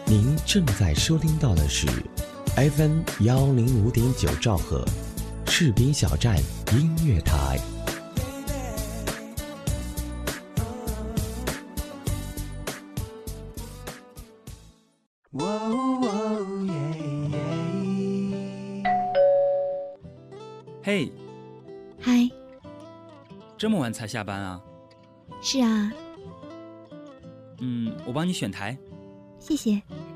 您正在收听到的是 FM 105.9兆赫士兵小站音乐台。 嘿， 嗨， 这么晚才下班啊？ 是啊。 我帮你选台。 谢谢。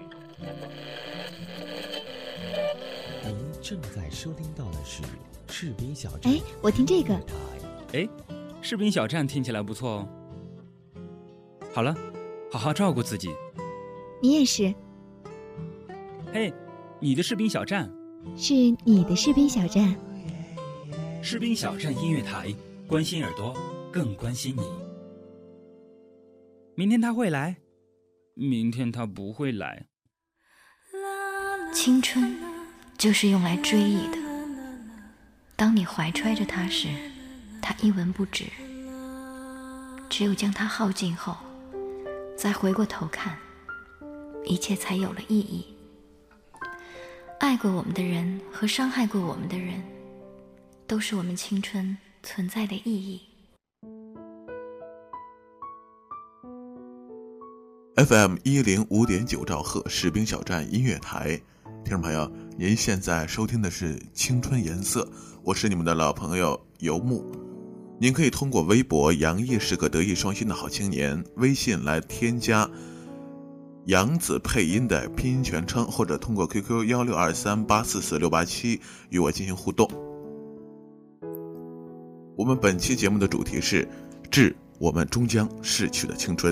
您正在收听到的是士兵小站。 我听这个。 士兵小站听起来不错哦。好了，好好照顾自己。 你也是。 嘿，你的士兵小站。 是你的士兵小站。 士兵小站音乐台，关心耳朵，更关心你。明天他会来，明天他不会来。 青春就是用来追忆的，当你怀揣着它时，它一文不值，只有将它耗尽后，再回过头看，一切才有了意义。爱过我们的人和伤害过我们的人，都是我们青春存在的意义。 FM 105.9兆赫士兵小站音乐台，听众朋友，您现在收听的是青春颜色，我是你们的老朋友游牧。您可以通过微博杨毅是个德艺双馨的好青年，微信来添加杨子配音的拼音全称，或者通过 QQ 16238446687与我进行互动。我们本期节目的主题是致我们终将逝去的青春。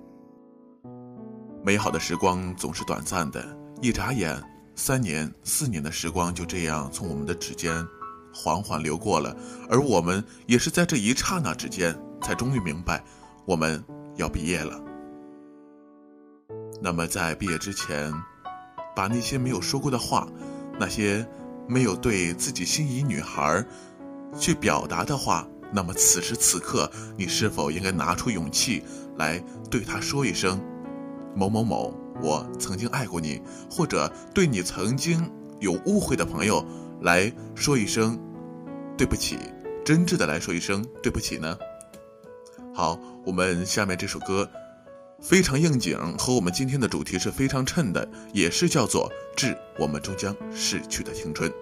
美好的时光总是短暂的，一眨眼3年4年的时光就这样从我们的指尖缓缓流过了，而我们也是在这一刹那之间才终于明白我们要毕业了。那么在毕业之前，把那些没有说过的话，那些没有对自己心仪女孩去表达的话，那么此时此刻你是否应该拿出勇气来对她说一声某某某，我曾经爱过你，或者对你曾经有误会的朋友来说一声对不起，真挚的来说一声对不起呢？好，我们下面这首歌非常应景，和我们今天的主题是非常衬的，也是叫做致我们终将逝去的青春。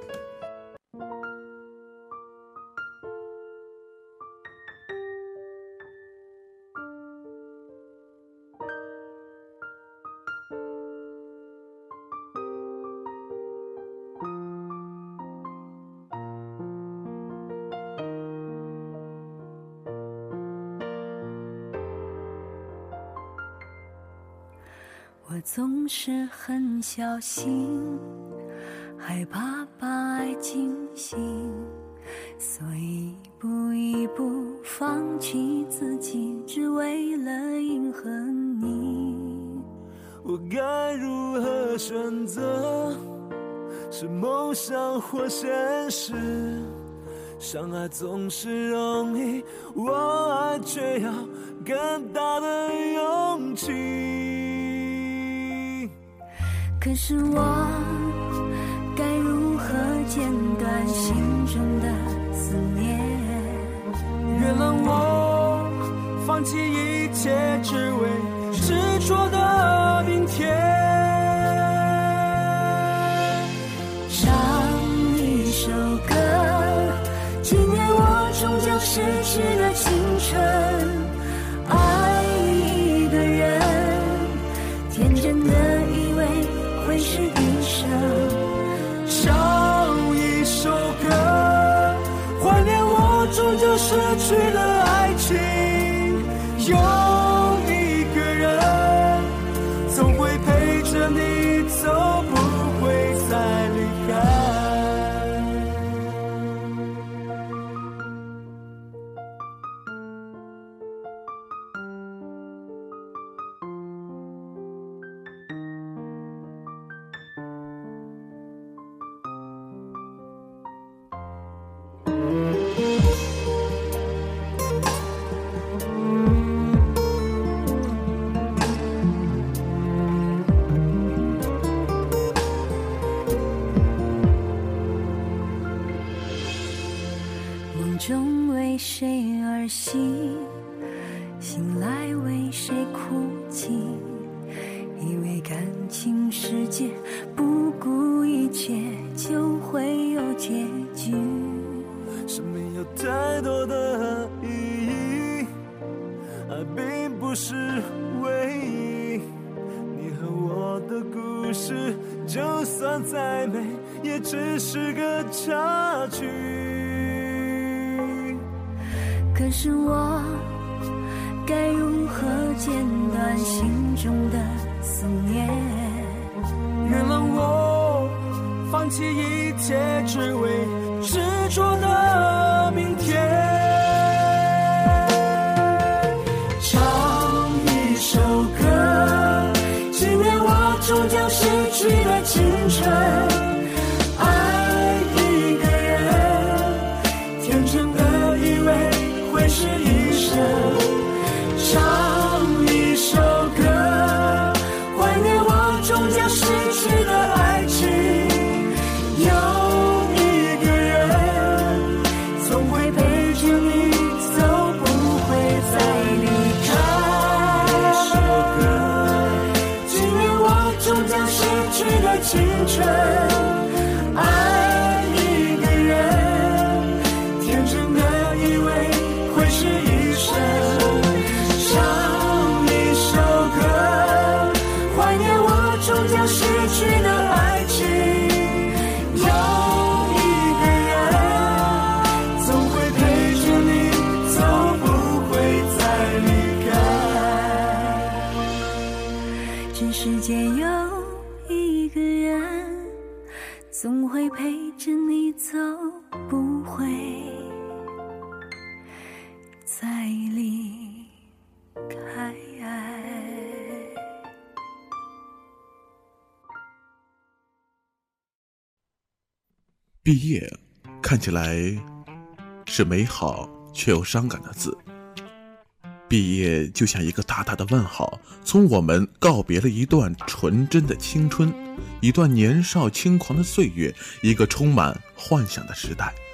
我总是很小心，害怕把爱惊醒，所以一步一步放弃自己，只为了迎合你。 我该如何选择？是梦想或现实？相爱总是容易，我爱却要更大的勇气。 可是我该如何剪断心中的思念？ 原谅我放弃一切，只为执着的明天。 唱一首歌，纪念我终将逝去的青春。爱一个人，天真的以为会是一生。 唱一首歌，怀念我终究失去的爱情。用一为谁哭泣，以为感情世界不顾一切就会有结局。 生命有太多的意义，爱并不是唯一。你和我的故事，就算再美，也只是个插曲。 可是我该如何剪断心中的思念？ 原谅我放弃一切，只为执着的明天。 唱一首歌，纪念我终将失去的青春。爱一个人，天真的以为会是一生。唱一首歌，怀念我终将失去的爱情。有一个人总会陪着你走，不会再离开。 一首歌， 纪念我终将失去的青春。爱一个人，天真的以为会是一生。唱一首歌，怀念我终将失去的爱情。有一个人总会陪着你走，不会再离开。这世界有一个人总会陪着你走，不会再离开。 毕业看起来是美好却又伤感的字。毕业就像一个大大的问号，从我们告别了一段纯真的青春，一段年少轻狂的岁月，一个充满幻想的时代。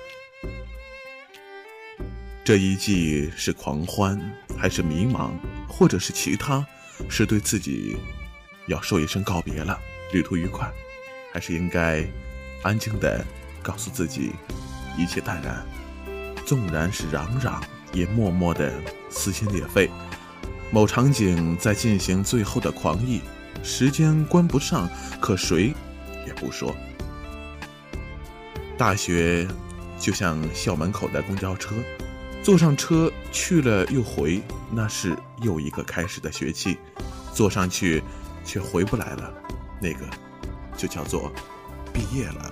这一季是狂欢，还是迷茫，或者是其他，是对自己要说一声告别了，旅途愉快，还是应该安静地告诉自己一切淡然，纵然是嚷嚷，也默默地撕心裂肺。某场景在进行最后的狂意，时间关不上，可谁也不说。大学就像校门口的公交车，坐上车去了又回，那是又一个开始的学期；坐上去却回不来了，那个就叫做毕业了。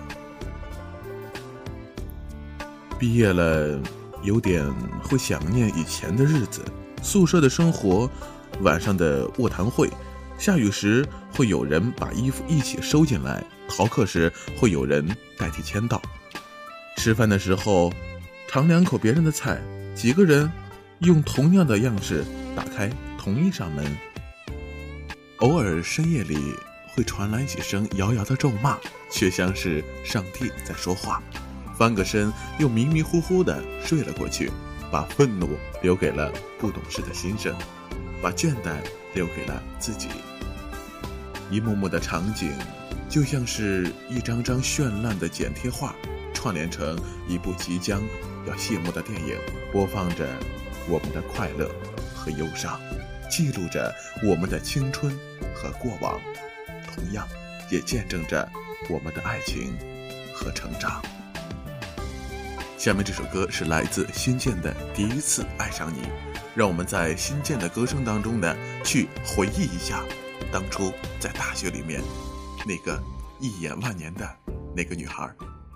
毕业了，有点会想念以前的日子，宿舍的生活，晚上的卧谈会，下雨时会有人把衣服一起收进来，逃课时会有人代替签到，吃饭的时候尝两口别人的菜，几个人用同样的样式打开同一扇门。偶尔深夜里会传来几声遥遥的咒骂，却像是上帝在说话。翻个身又迷迷糊糊地睡了过去，把愤怒留给了不懂事的心声，把倦怠留给了自己。一幕幕的场景就像是一张张绚烂的剪贴画，串联成一部即将要谢幕的电影，播放着我们的快乐和忧伤，记录着我们的青春和过往，同样也见证着我们的爱情和成长。下面这首歌是来自新建的《第一次爱上你》，让我们在新建的歌声当中呢，去回忆一下当初在大学里面那个一眼万年的那个女孩。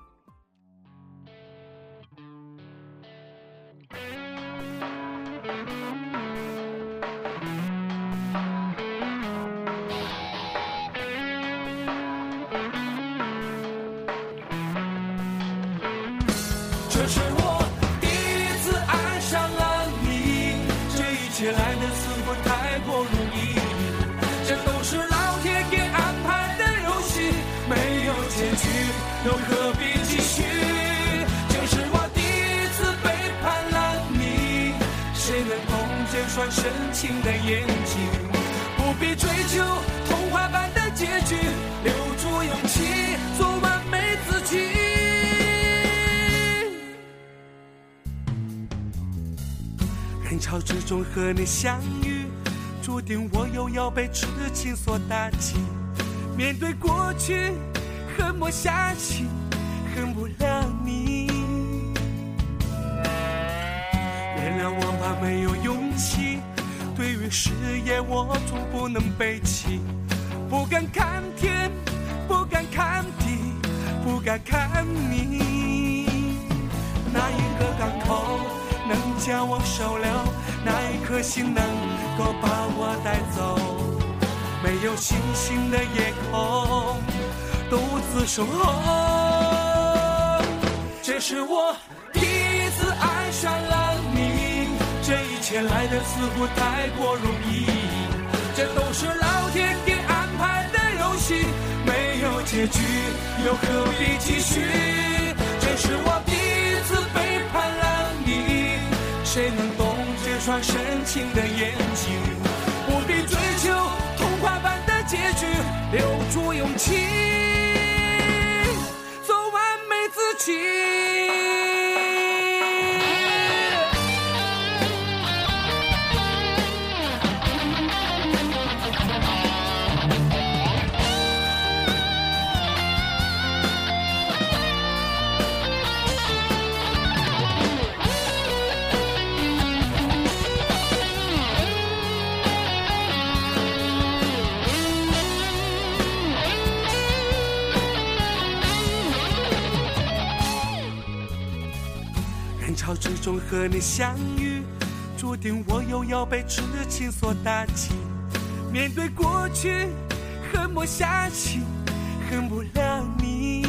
这是我第一次爱上了你，这一切来的似乎太过容易，这都是老天给安排的游戏，没有结局又何必继续。这是我第一次背叛了你，谁能空间说双深情的眼睛，不必追求童话般的结局，留住勇气，做完美自己。人潮之中和你相遇，注定我又要被痴情所打击。面对过去，恨我下心，恨不了你。原谅我吧，没有勇气，对于誓言我总不能背弃。不敢看天，不敢看地，不敢看你。哪一个港口能将我收留？哪一颗心能够把我带走？没有星星的夜空，独自守候。这是我第一次爱上了你，这一切来的似乎太过容易，这都是老天给安排的游戏，没有结局又何必继续？这是我第一次背叛了你，谁能懂这双深情的眼睛？不必追求童话般的结局，留住勇气，做完美自己。人潮之中和你相遇，注定我又要被痴情所打击。面对过去，恨我下心，恨不了你。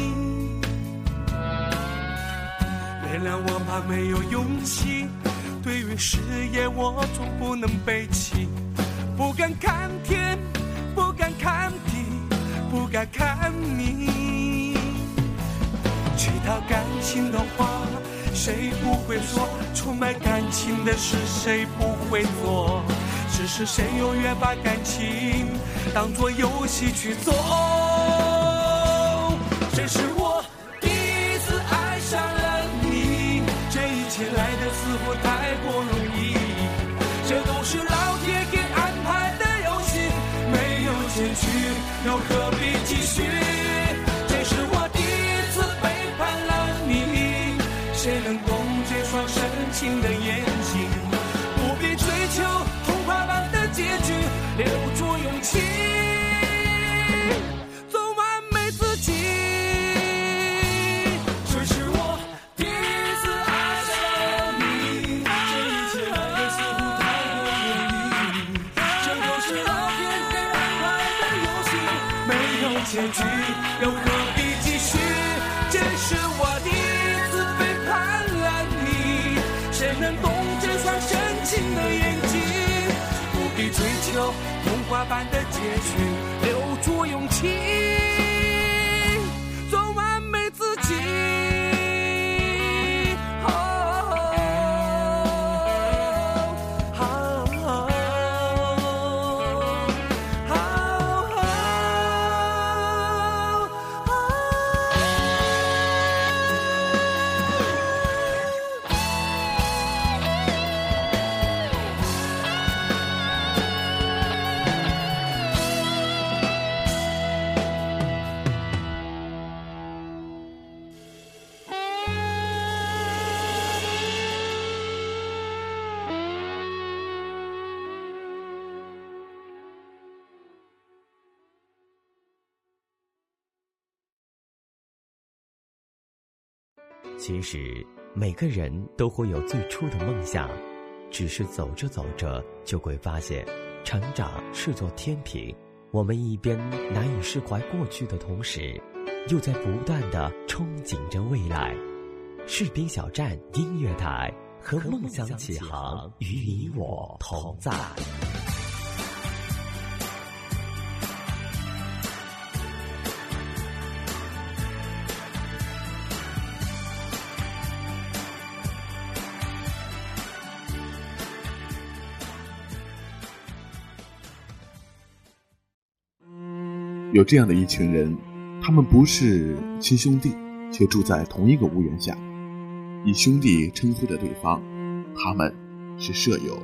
原谅我吧，没有勇气，对于誓言我总不能背弃。不敢看天，不敢看地，不敢看你。知道感情的话谁不会说，充满感情的事谁不会做，只是谁永远把感情当作游戏去做。这是我第一次爱上了你，这一切来的似乎太过容易，这都是老天给安排的游戏，没有结局又何必继续？这是我第一次背叛了你，谁能懂这双深情的眼睛？不必追求童话般的结局，留住勇气，做完美自己。这是我第一次爱上你，这一切来的似乎太过容易，这都是老天给安排的游戏，没有结局又何必继续？这是我第一次背叛了你，谁能懂这双深情的眼睛？不必追求童话般的结局，留住勇气，做完美自己。 其实每个人都会有最初的梦想，只是走着走着就会发现，成长是座天平，我们一边难以释怀过去的同时，又在不断地憧憬着未来。士兵小站音乐台，和梦想起航，与你我同在。 有这样的一群人，他们不是亲兄弟，却住在同一个屋檐下，以兄弟称呼着对方，他们是舍友。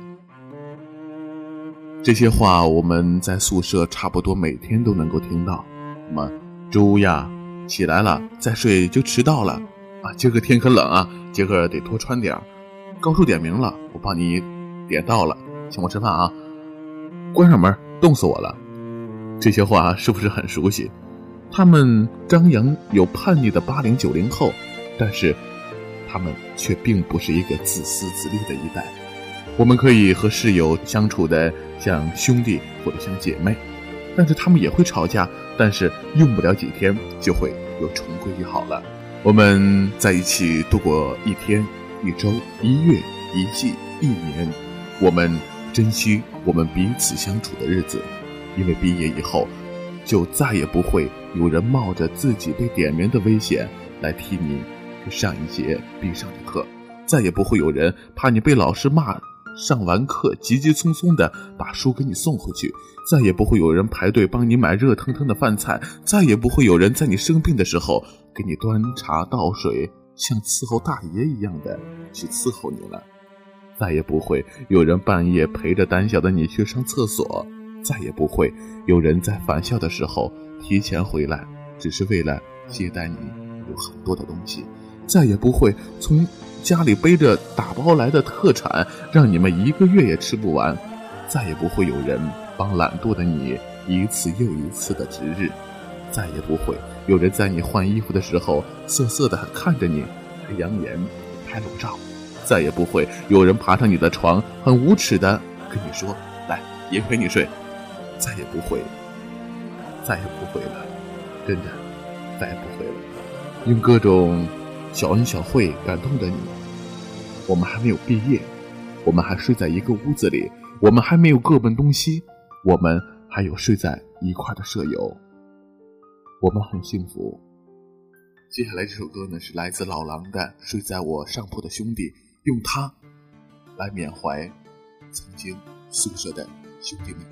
这些话我们在宿舍差不多每天都能够听到。什么猪呀，起来了再睡就迟到了啊！今个天可冷啊，今个得多穿点。高叔点名了，我帮你点到了，请我吃饭啊！关上门，冻死我了。这些话是不是很熟悉？他们张扬有叛逆的80、90后，但是他们却并不是一个自私自利的一代。我们可以和室友相处的像兄弟或者像姐妹，但是他们也会吵架，但是用不了几天就会又重归于好了。我们在一起度过一天、一周、一月、一季、一年，我们珍惜我们彼此相处的日子，因为毕业以后就再也不会有人冒着自己被点名的危险来替你上一节必上的课，再也不会有人怕你被老师骂，上完课急急匆匆地把书给你送回去，再也不会有人排队帮你买热腾腾的饭菜，再也不会有人在你生病的时候给你端茶倒水，像伺候大爷一样的去伺候你了，再也不会有人半夜陪着胆小的你去上厕所，再也不会有人在返校的时候提前回来，只是为了接待你有很多的东西，再也不会从家里背着打包来的特产让你们1个月也吃不完，再也不会有人帮懒惰的你一次又一次的值日，再也不会有人在你换衣服的时候涩涩的看着你拍扬言拍裸照，再也不会有人爬上你的床很无耻的跟你说来爷陪你睡，再也不会了，真的再也不会了。用各种小恩小惠感动着你。我们还没有毕业，我们还睡在一个屋子里，我们还没有各奔东西，我们还有睡在一块的舍友，我们很幸福。接下来这首歌呢，是来自老狼的《睡在我上铺的兄弟》，用它来缅怀曾经宿舍的兄弟们。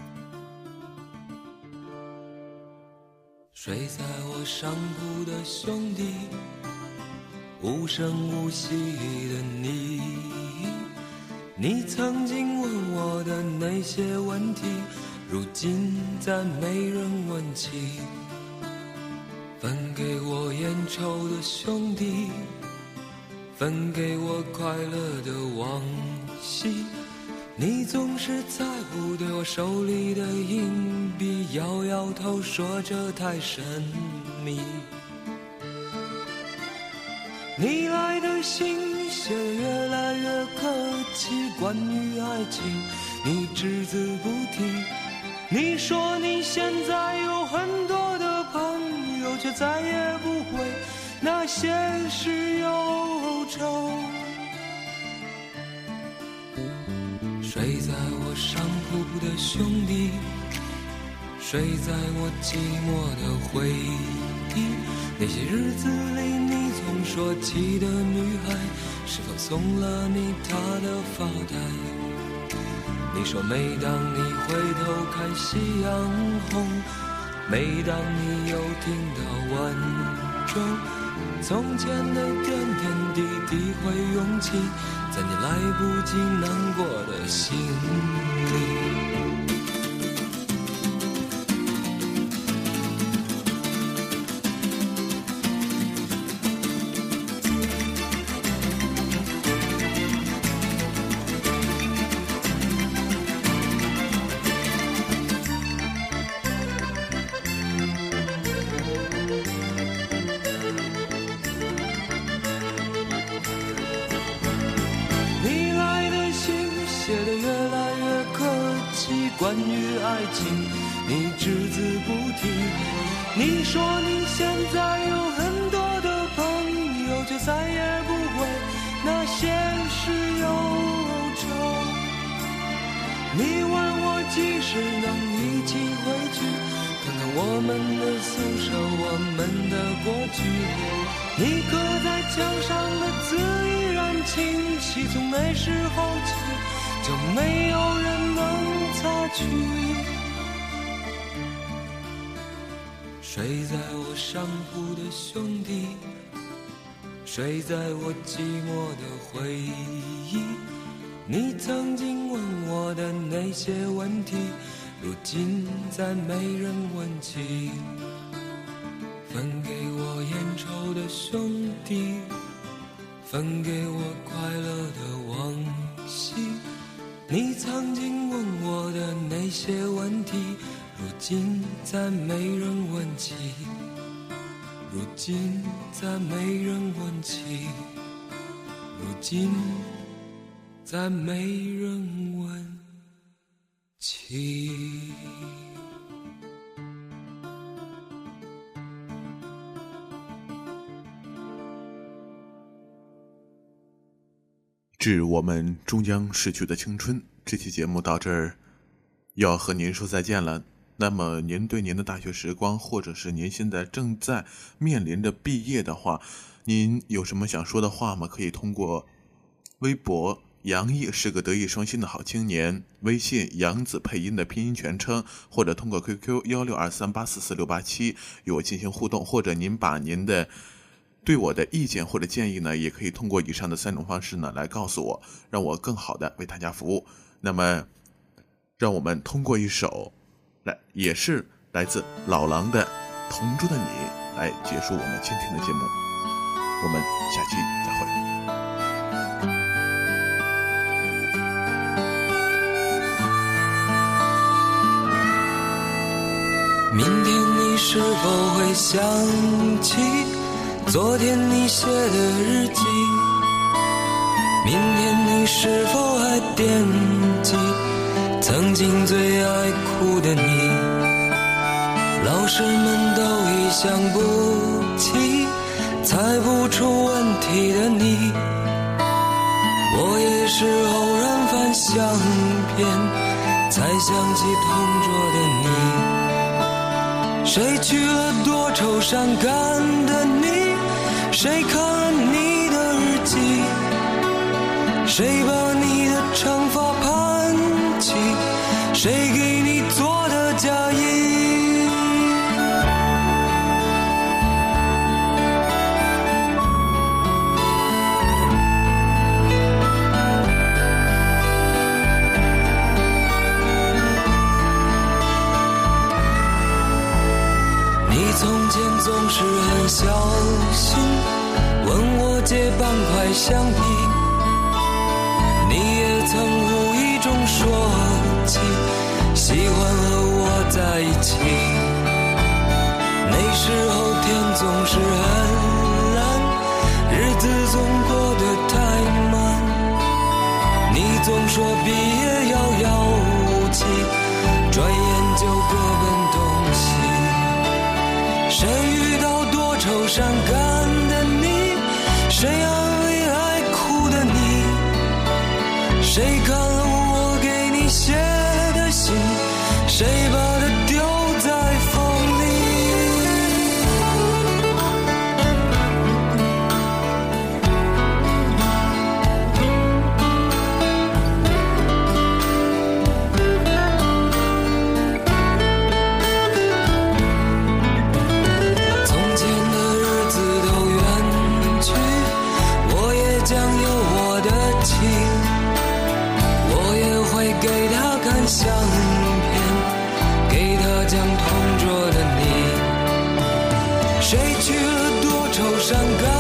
睡在我上铺的兄弟，无声无息的你，你曾经问我的那些问题，如今再没人问起。分给我烟抽的兄弟，分给我快乐的往昔，你总是在乎对我手里的硬币，摇摇头说这太神秘。你来的信写得越来越客气，关于爱情你只字不提。你说你现在有很多的朋友，却再也不会那些事忧愁。睡在我上铺的兄弟，睡在我寂寞的回忆，那些日子里你总说起的女孩，是否送了你她的发带？你说每当你回头看夕阳红，每当你又听到晚钟，从前的点点滴滴会涌起在你来不及难过的心里。关于爱情你只字不提，你说你现在有很多的朋友，就再也不会那些事忧愁。你问我几时能一起回去，看看我们的宿舍，我们的过去。你刻在墙上的字依然清晰，从那时候起就没有人能擦去。 睡在我上铺的兄弟，睡在我寂寞的回忆。你曾经问我的那些问题，如今再没人问起。分给我烟抽的兄弟，分给我快乐的往昔。你曾经问我的那些问题，如今再没人问起。如今再没人问起，如今再没人问起。 致我们终将逝去的青春，这期节目到这儿要和您说再见了。那么您对您的大学时光，或者是您现在正在面临着毕业的话，您有什么想说的话吗？可以通过微博杨毅是个德艺双馨的好青年，微信杨子配音的拼音全称，或者通过 QQ 1623844687与我进行互动，或者您把您的对我的意见或者建议呢，也可以通过以上的3种方式呢来告诉我，让我更好的为大家服务。那么让我们通过一首也是来自老狼的《同桌的你》来结束我们今天的节目，我们下期再会。 明天你是否会想起昨天你写的日记？明天你是否还惦记曾经最爱哭的你？老师们都已想不起猜不出问题的你。我也是偶然翻相片才想起同桌的你。谁去了多愁善感的你？谁看了你的日记？谁把你的长发盘起？谁给你做的嫁衣？你从前总是很小心问我借半块橡皮，你也曾无意中说起喜欢和我在一起。那时候天总是很蓝，日子总过得太慢，你总说毕业遥遥无期，转眼就各奔东西。谁遇到多愁善感的你？谁安慰爱哭的你？谁看了我给你写的信？谁把它丢在风里？从前的日子都远去，我也将有我的妻，我也会给他看相片，给他讲同桌的你。谁去了多愁善感